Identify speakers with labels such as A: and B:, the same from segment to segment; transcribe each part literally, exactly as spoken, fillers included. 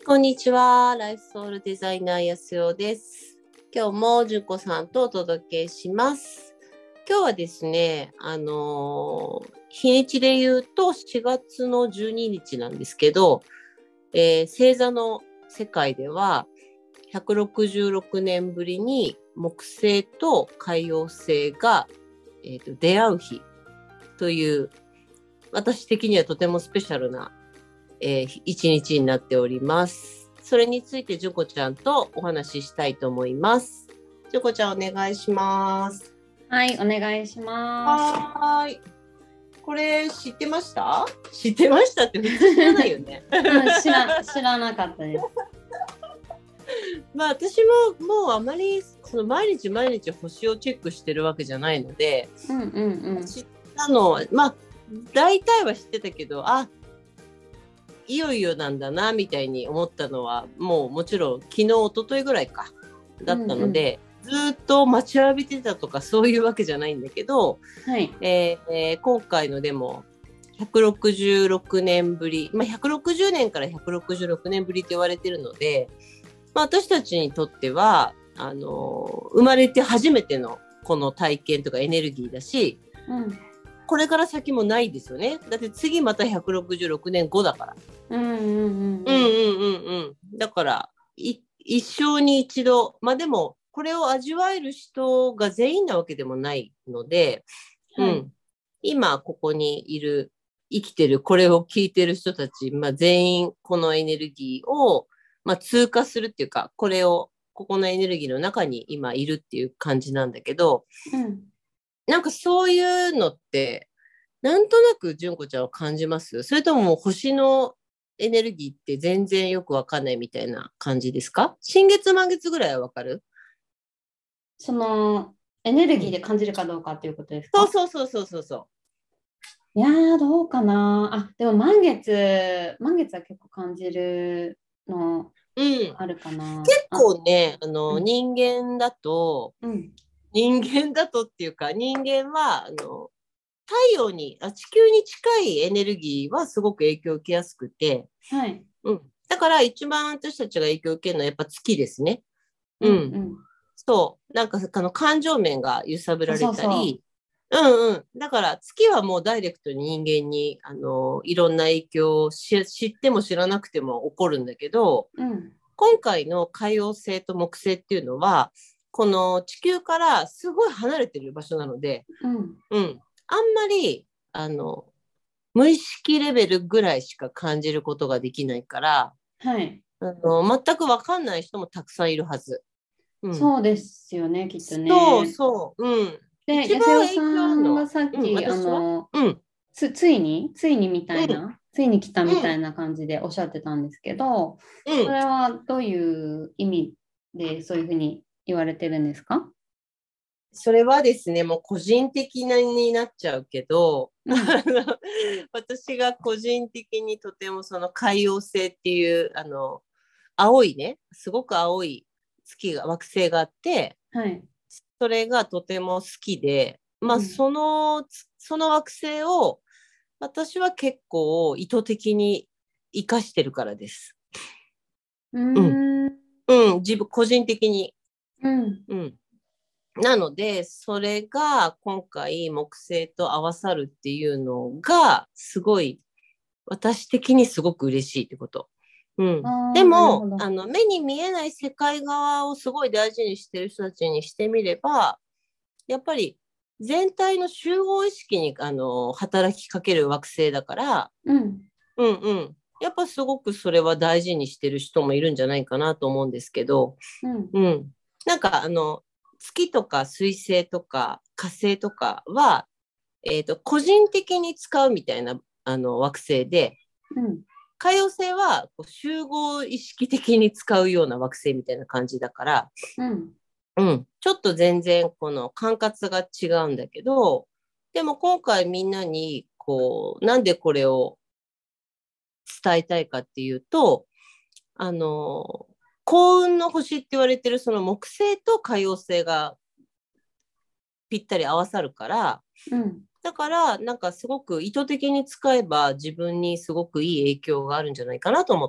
A: こんにちは。ライフソウルデザイナーやすよです。今日もじゅんこさんとお届けします。今日はですね、あのー日にちで言うとしがつのじゅうににちなんですけど、えー星座の世界ではひゃくろくじゅうろくねんぶりに木星と海王星が、えーと、出会う日という、私的にはとてもスペシャルなえー、一日になっております。それについてじゅんこちゃんとお話ししたいと思います。じゅんこちゃんお願いします。
B: はい、お願いします。
A: はーい。これ知ってました？知ってましたって普通知らないよね。
B: うん、知ら知らなかったです。
A: まあ私ももうあまりその毎日毎日星をチェックしてるわけじゃないので、
B: うんうんうん。
A: 知ったのまあ大体は知ってたけど、あいよいよなんだなみたいに思ったのはもうもちろん昨日一昨日ぐらいかだったので、うんうん、ずっと待ちわびてたとかそういうわけじゃないんだけど、
B: はい
A: えー、今回のでもひゃくろくじゅうろくねんぶり、まあ、ひゃくろくじゅうねんからひゃくろくじゅうろくねんぶりと言われてるので、まあ、私たちにとってはあの生まれて初めてのこの体験とかエネルギーだし、
B: うん
A: これから先もないですよね。だって次またひゃくろくじゅうろくねんごだから。
B: うんうんうんうん
A: うんうんうんうん。だからい一生に一度、まあでもこれを味わえる人が全員なわけでもないので、
B: はい、
A: うん、今ここにいる生きてるこれを聞いてる人たち、まあ、全員このエネルギーを、まあ、通過するっていうか、これをここのエネルギーの中に今いるっていう感じなんだけど、
B: うん
A: なんかそういうのってなんとなく純子ちゃんは感じます？それとももう星のエネルギーって全然よくわかんないみたいな感じですか？新月満月ぐらいはわかる？
B: そのエネルギーで感じるかどうかっていうことですか？
A: そうそうそうそうそうそ
B: いやーどうかなあ。でも満月満月は結構感じるの
A: う。うん。
B: あるかな
A: 結
B: あ。
A: 構ね、あの、
B: うん
A: 人間だと、
B: うん
A: 人間だとっていうか、人間は、あの、太陽にあ、地球に近いエネルギーはすごく影響を受けやすくて、
B: はい
A: うん。だから一番私たちが影響を受けるのはやっぱ月ですね。
B: うん
A: うん。
B: うん
A: そう。なんか、あの、感情面が揺さぶられ
B: そうそうそ
A: たり、うんうん。だから月はもうダイレクトに人間に、あの、いろんな影響をし知っても知らなくても起こるんだけど、
B: ううん
A: 今回の海王星と木星っていうのは、この地球からすごい離れてる場所なので、
B: うん
A: うん。あんまり、あの、無意識レベルぐらいしか感じることができないから、
B: はい
A: あの、全くわかんない人もたくさんいるはず。うん。
B: そうですよね、きっと
A: そう
B: ね。
A: そう。うん。
B: で、
A: 一
B: やすよさ
A: 番影響あるのは、
B: んがさっ
A: うん、
B: き、あ
A: 私は
B: の、
A: うん、
B: つ、ついに、ついにみた
A: うん、
B: いな、ついに来たみ
A: うん、
B: たいな感じでおっしゃってたんですけど、
A: うん。
B: それはどういう意味でそういうふうに言われてるんですか？
A: それはですね、もう個人的なになっちゃうけど、
B: うん、
A: 私が個人的にとてもその海王星っていう、あの、青いね、すごく青い月が、惑星があって、
B: はい。
A: それがとても好きで、まあ、
B: うん、
A: その、その惑星を私は結構意図的に生かしてるからです。
B: う
A: うん。
B: ーん、
A: うん、自分、個人的に。
B: うん、
A: うん。なので、それが今回木星と合わさるっていうのが、すごい、私的にすごく嬉しいってこと。うん。
B: ああ、なるほ
A: でも、あ
B: ど。
A: の、目に見えない世界側をすごい大事にしてる人たちにしてみれば、やっぱり全体の集合意識に、あの、働きかける惑星だから、
B: うん、
A: うんうん。やっぱすごくそれは大事にしてる人もいるんじゃないかなと思うんですけど、
B: うん、
A: うん。なんかあの、月とか水星とか火星とかは、えっと、個人的に使うみたいなあの惑星で、
B: うん、
A: 海王星はこう集合意識的に使うような惑星みたいな感じだから、
B: うん、
A: うん。ちょっと全然この管轄が違うんだけど、でも今回みんなに、こう、なんでこれを伝えたいかっていうと、あの、幸運の星って言われてるその木星と海王星がぴったり合わさるから、
B: うん。
A: だからなんかすごく意図的に使えば自分にすごくいい影響があるんじゃないかなと思って。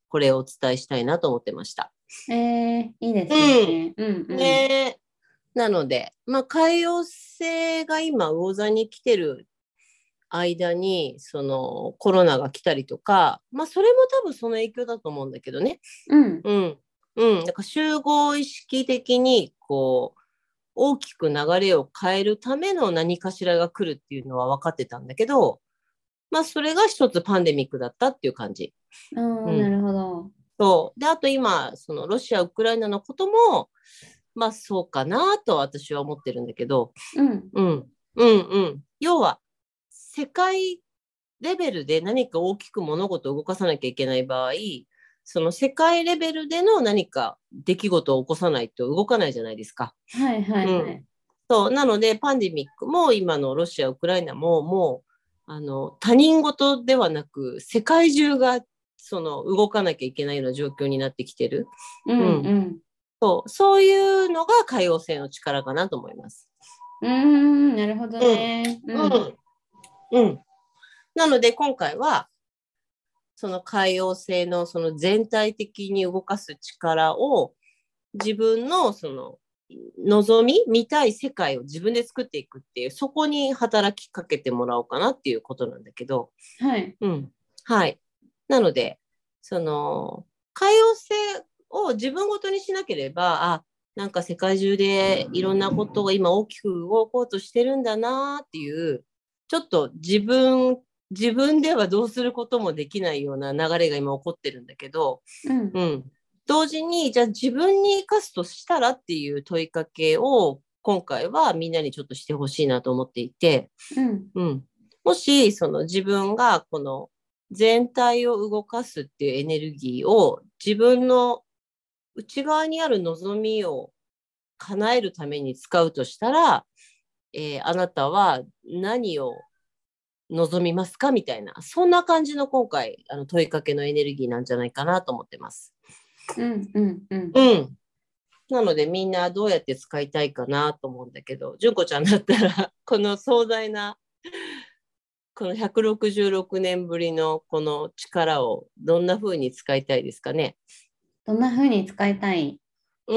A: これをお伝えしたいなと思ってました。
B: えー、いいですね。うん、うん、うん。
A: ね、なので、まあ、海王星が今、魚座に来てる間に、そのコロナが来たりとか、まあ、それも多分その影響だと思うんだけどね。
B: うん。
A: うん。うん。だから集合意識的に、こう、大きく流れを変えるための何かしらが来るっていうのは分かってたんだけど、まあ、それが一つパンデミックだったっていう感じ。
B: ああ、
A: うん。
B: なるほど。
A: そう。で、あと今、そのロシア、ウクライナのことも、まあそうかなと私は思ってるんだけど、
B: うん。
A: うん、うん、うん。要は、世界レベルで何か大きく物事を動かさなきゃいけない場合、その世界レベルでの何か出来事を起こさないと動かないじゃないですか。
B: はいはいはい。
A: うん。そう。なので、パンデミックも今のロシア、ウクライナももう、あの、他人事ではなく、世界中がその動かなきゃいけないような状況になってきてる。
B: うん
A: うん。
B: うん。
A: そう、そういうのが海王星の力かなと思います。
B: うーん、なるほど
A: うん。
B: ね。うん。
A: うん。うん。なので今回は、その海王星のその全体的に動かす力を自分のその望み、見たい世界を自分で作っていくっていう、そこに働きかけてもらおうかなっていうことなんだけど、
B: はい。
A: うん。はい。なので、その、海王星を自分ごとにしなければ、あ、なんか世界中でいろんなことが今大きく動こうとしてるんだなっていう、ちょっと自分、自分ではどうすることもできないような流れが今起こってるんだけど、
B: うん。
A: うん。同時に、じゃあ自分に生かすとしたらっていう問いかけを今回はみんなにちょっとしてほしいなと思っていて、
B: うん。
A: うん。もし、その自分がこの全体を動かすっていうエネルギーを自分の内側にある望みを叶えるために使うとしたら、えーあなたは何を望みますかみたいな、そんな感じの今回、あの問いかけのエネルギーなんじゃないかなと思ってます。
B: うん。うん。うん。
A: うん。なのでみんなどうやって使いたいかなと思うんだけど、純子ちゃんだったら、この壮大なこのひゃくろくじゅうろくねんぶりのこの力をどんな風に使いたいですかね。
B: どんな風に使いたい？
A: うん。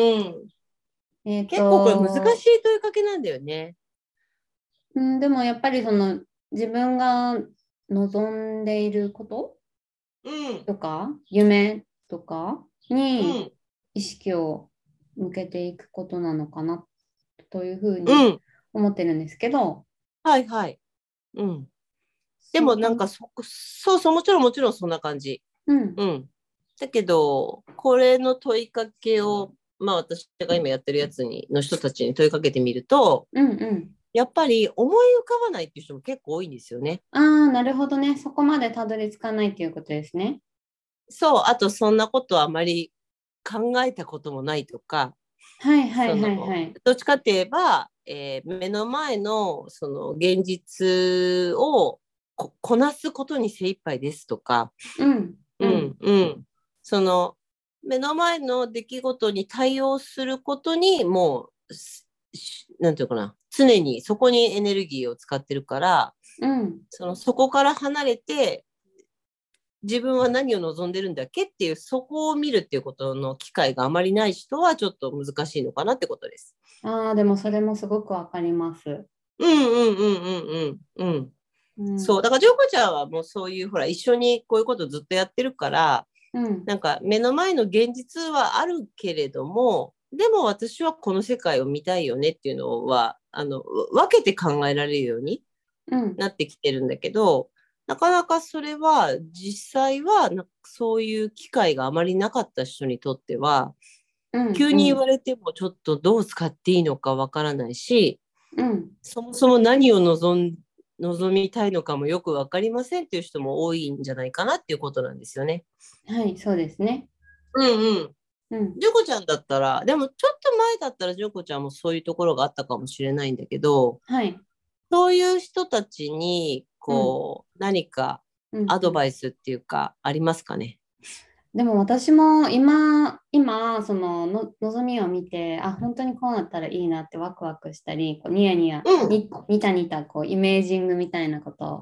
B: えっ
A: 結構これ難し
B: と、
A: い問いかけなんだよね。
B: うん、でもやっぱりその自分が望んでいること
A: うん。
B: とか夢とかに
A: うん。
B: 意識を向けていくことなのかなというふう
A: う
B: に
A: ん。
B: 思ってるんですけど、
A: はいはい。うん。で
B: そこ、
A: もなんかそ、そうそう、もちろんもちろんそんな感じ。
B: うん、
A: うん。だけど、これの問いかけを、まあ私が今やってるやつに、の人たちに問いかけてみると、
B: うん、うん。
A: やっぱり思い浮かばないっていう人も結構多いんですよね。
B: ああ、なるほどね。そこまでたどり着かないっていうことですね。
A: そう、あとそんなことはあまり考えたこともないとか、
B: はいはい
A: その、
B: はいはい。
A: どっちかって言えば、えー目の前のその現実をここなすことに精一杯ですとか、
B: うん、うん、
A: うん、うん。その、目の前の出来事に対応することに、もう、しなんていうかな、常にそこにエネルギーを使ってるから、
B: うん。
A: その、そこから離れて、自分は何を望んでるんだっけっていう、そこを見るっていうことの機会があまりない人は、ちょっと難しいのかなってことです。
B: ああ、でもそれもすごくわかります。
A: うんうんうんうんうんうん。
B: うん、
A: そう。だから、ジョコちゃんはもうそういう、ほら、一緒にこういうことずっとやってるから、
B: うん、
A: なんか目の前の現実はあるけれども、でも私はこの世界を見たいよねっていうのは、あの、分けて考えられるように
B: うん、
A: なってきてるんだけど、なかなかそれは実際はなそういう機会があまりなかった人にとっては、
B: うん、
A: 急
B: うん、
A: に言われてもちょっとどう使っていいのかわからないし、
B: うん。
A: そもそも何を望ん望みたいのかもよくわかりませんっていう人も多いんじゃないかなっていうことなんですよね。
B: はい、そうですね。
A: うんうん。
B: うん、
A: ジョコちゃんだったら、でもちょっと前だったらジョコちゃんもそういうところがあったかもしれないんだけど、
B: はい、
A: そういう人たちに、
B: うん、
A: こう、何か
B: うん、
A: アド
B: うん。
A: バイスっていうか、ありますかね。
B: でも私も今、今、そのの望みを見て、あ、本当にこうなったらいいなってワクワクしたり、こうニヤニヤ、
A: うん、
B: に、ニタニタこうイメージングみたいなことを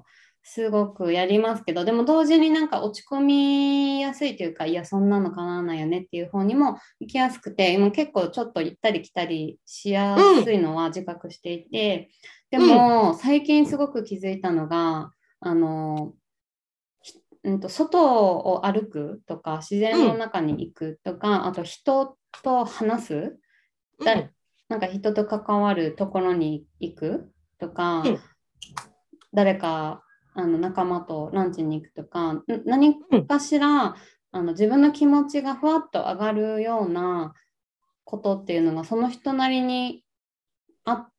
B: すごくやりますけど、でも同時になんか落ち込みやすいというか、いや、そんなの叶わないよねっていう方にも行きやすくて、今結構ちょっと行ったり来たりしやすいのは自覚していて、で
A: うん、
B: も最近すごく気づいたのが、あの、うんと、外を歩くとか、自然の
A: うん、
B: 中に行くとか、あと人と話す、だ、
A: うん、
B: なんか人と関わるところに行くとか、
A: うん、
B: 誰かあの仲間とランチに行くとか、ん何
A: うん、
B: かしらあの自分の気持ちがふわっと上がるようなことっていうのがその人なりにあって、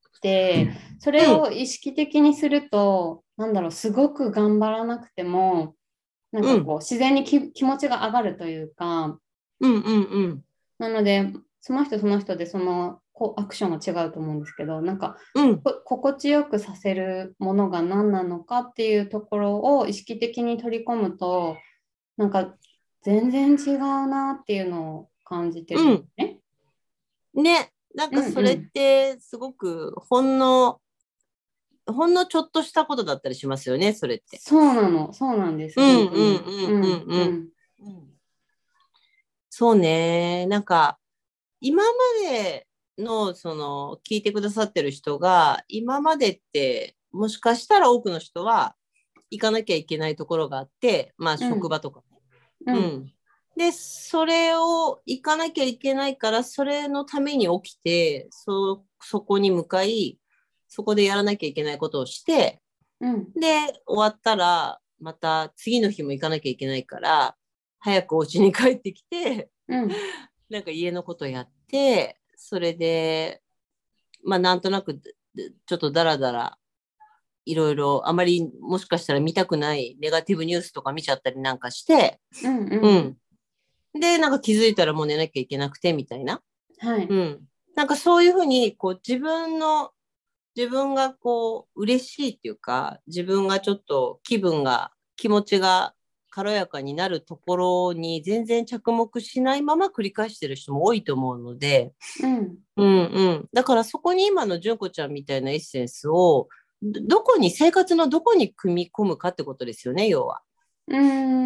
B: それ
A: うん、
B: を意識的にすると、なんだろう、すごく頑張らなくても、なん
A: うん、
B: かこう、自然にき気持ちが上がるというか、
A: うん、うん、うん、
B: なので、その人その人でそのこうアクションが違うと思うんですけど、なんか
A: うん、
B: こ心地よくさせるものが何なのかっていうところを意識的に取り込むと、なんか全然違うなっていうのを感じてるんです
A: うん。
B: ね。
A: ね、なん
B: うん
A: かそれっ
B: うん。
A: てすごくほんの、ほんのちょっとしたことだったりしますよね、それって。
B: そうなの、そうなんです、
A: うん、
B: 本当
A: うん、
B: に。
A: うん、うん、
B: うん
A: うん。
B: うん。
A: うん、そうね、なんか今までのその聞いてくださってる人が今までってもしかしたら多くの人は行かなきゃいけないところがあって、まあ
B: うん
A: 職場とかね。
B: うん。
A: うん。で、それを行かなきゃいけないから、それのために起きて、そ、そこに向かい、そこでやらなきゃいけないことをして、
B: うん
A: で、終わったら、また次の日も行かなきゃいけないから、早くお家に帰ってきて、
B: うん
A: なんか家のことやって、それで、まあなんとなく、ちょっとダラダラ、いろいろ、あまりもしかしたら見たくないネガティブニュースとか見ちゃったりなんかして、
B: うんうん。
A: うん。で、なんか気づいたらもう寝なきゃいけなくて、みたいな。
B: はい。
A: うん。なんかそういうふうに、こう自分の、自分がこう嬉しいっていうか、自分がちょっと気分が、気持ちが軽やかになるところに全然着目しないまま繰り返してる人も多いと思うので、
B: うん
A: うんうん。だからそこに今の純子ちゃんみたいなエッセンスを、どどこに、生活のどこに組み込むかってことですよね、要は。
B: うん、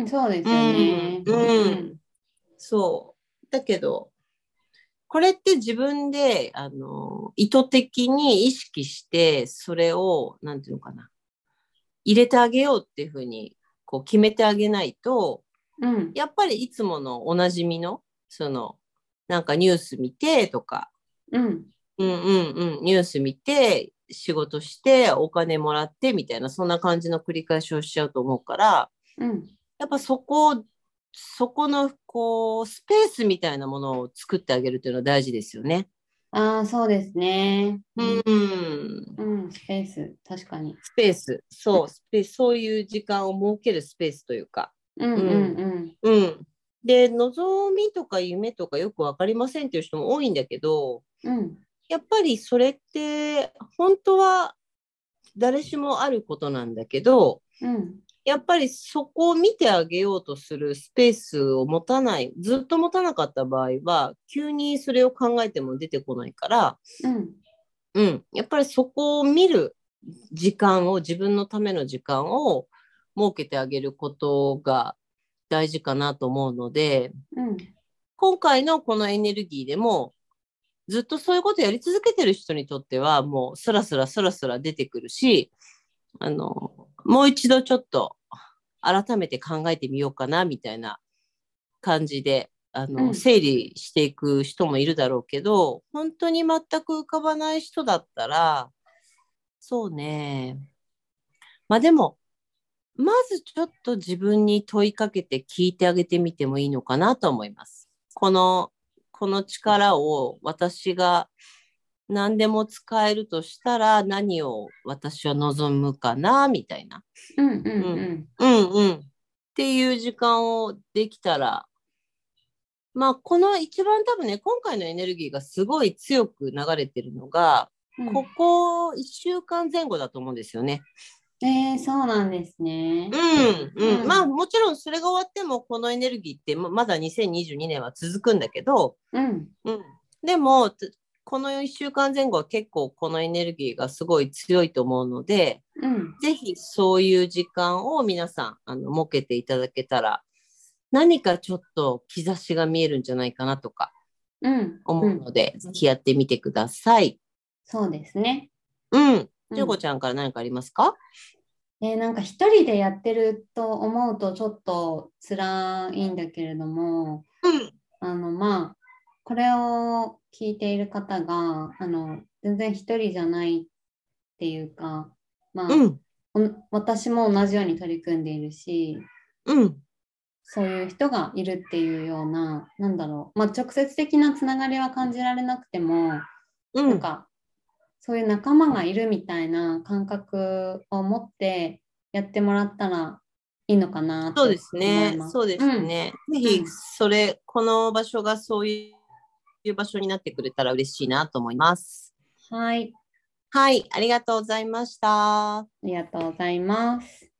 B: そうで
A: う
B: すよ
A: ん、
B: ね。う
A: うん。
B: ん
A: そう。だけど、これって自分で、あの、意図的に意識して、それを、なんていうのかな、入れてあげようっていうふうに、こう決めてあげないと、
B: うん
A: やっぱりいつものおなじみの、その、なんかニュース見てとか、
B: うん
A: うんうんうん、ニュース見て、仕事して、お金もらってみたいな、そんな感じの繰り返しをしちゃうと思うから、
B: うん
A: やっぱそこ、そこの、こう、スペースみたいなものを作ってあげるというのは大事ですよね。
B: ああ、そうですね。
A: うん。
B: うん、スペース、確かに。
A: スペース、そう、スペース、そういう時間を設けるスペースというか。
B: うんう
A: うん。
B: ん
A: うん。で、望みとか夢とかよくわかりませんっていう人も多いんだけど、
B: うん。うん。
A: やっぱりそれって本当は誰しもあることなんだけど、
B: うん。
A: やっぱりそこを見てあげようとするスペースを持たない、ずっと持たなかった場合は、急にそれを考えても出てこないから、
B: うん。
A: うん、やっぱりそこを見る時間を、自分のための時間を設けてあげることが大事かなと思うので、
B: うん。
A: 今回のこのエネルギーでも、ずっとそういうことやり続けてる人にとっては、もうスラスラスラスラ出てくるし、あの、もう一度ちょっと改めて考えてみようかな、みたいな感じで、あの、
B: うん。
A: 整理していく人もいるだろうけど、本当に全く浮かばない人だったら、そうね。まあでも、まずちょっと自分に問いかけて聞いてあげてみてもいいのかなと思います。この、この力を私が何でも使えるとしたら何を私は望むかなみたいな。
B: うん。うん。
A: うん。
B: うん。
A: うんうん。っていう時間をできたら、まあこの一番多分ね、今回のエネルギーがすごい強く流れてるのが、ここいっしゅうかんぜん後だと思うんですよね。
B: えー、そうなんですね。
A: うん、うん。まあ、
B: うん。
A: もちろんそれが終わっても、このエネルギーってままだにせんにじゅうにねんは続くんだけど、
B: うん。
A: うん。でも、 このいっしゅうかんぜん後は結構このエネルギーがすごい強いと思うので、
B: うん、
A: ぜひそういう時間を皆さんあの設けていただけたら、何かちょっと兆しが見えるんじゃないかなとか
B: うん、うん。
A: 思うので、ぜひやってみてください。
B: そうですね。
A: うん。
B: うん。
A: ジョコちゃんから何かありますか？
B: えーなんか一人でやってると思うとちょっと辛いんだけれども、
A: うん。
B: あの、まあ、これを聞いている方が、あの、全然一人じゃないっていうか、まあ、
A: うん。
B: お私も同じように取り組んでいるし、
A: うん。
B: そういう人がいるっていうような、なんだろう、まあ、直接的なつながりは感じられなくても、
A: うん。
B: なんか、そういう仲間がいるみたいな感覚を持ってやってもらったらいいのかなって
A: そうですね。
B: 思います。
A: そうで
B: うん、
A: すね。ぜひ、
B: うん。
A: それ、この場所がそういう場所になってくれたら嬉しいなと思います。
B: はい、
A: はい。ありがとうございました。
B: ありがとうございます。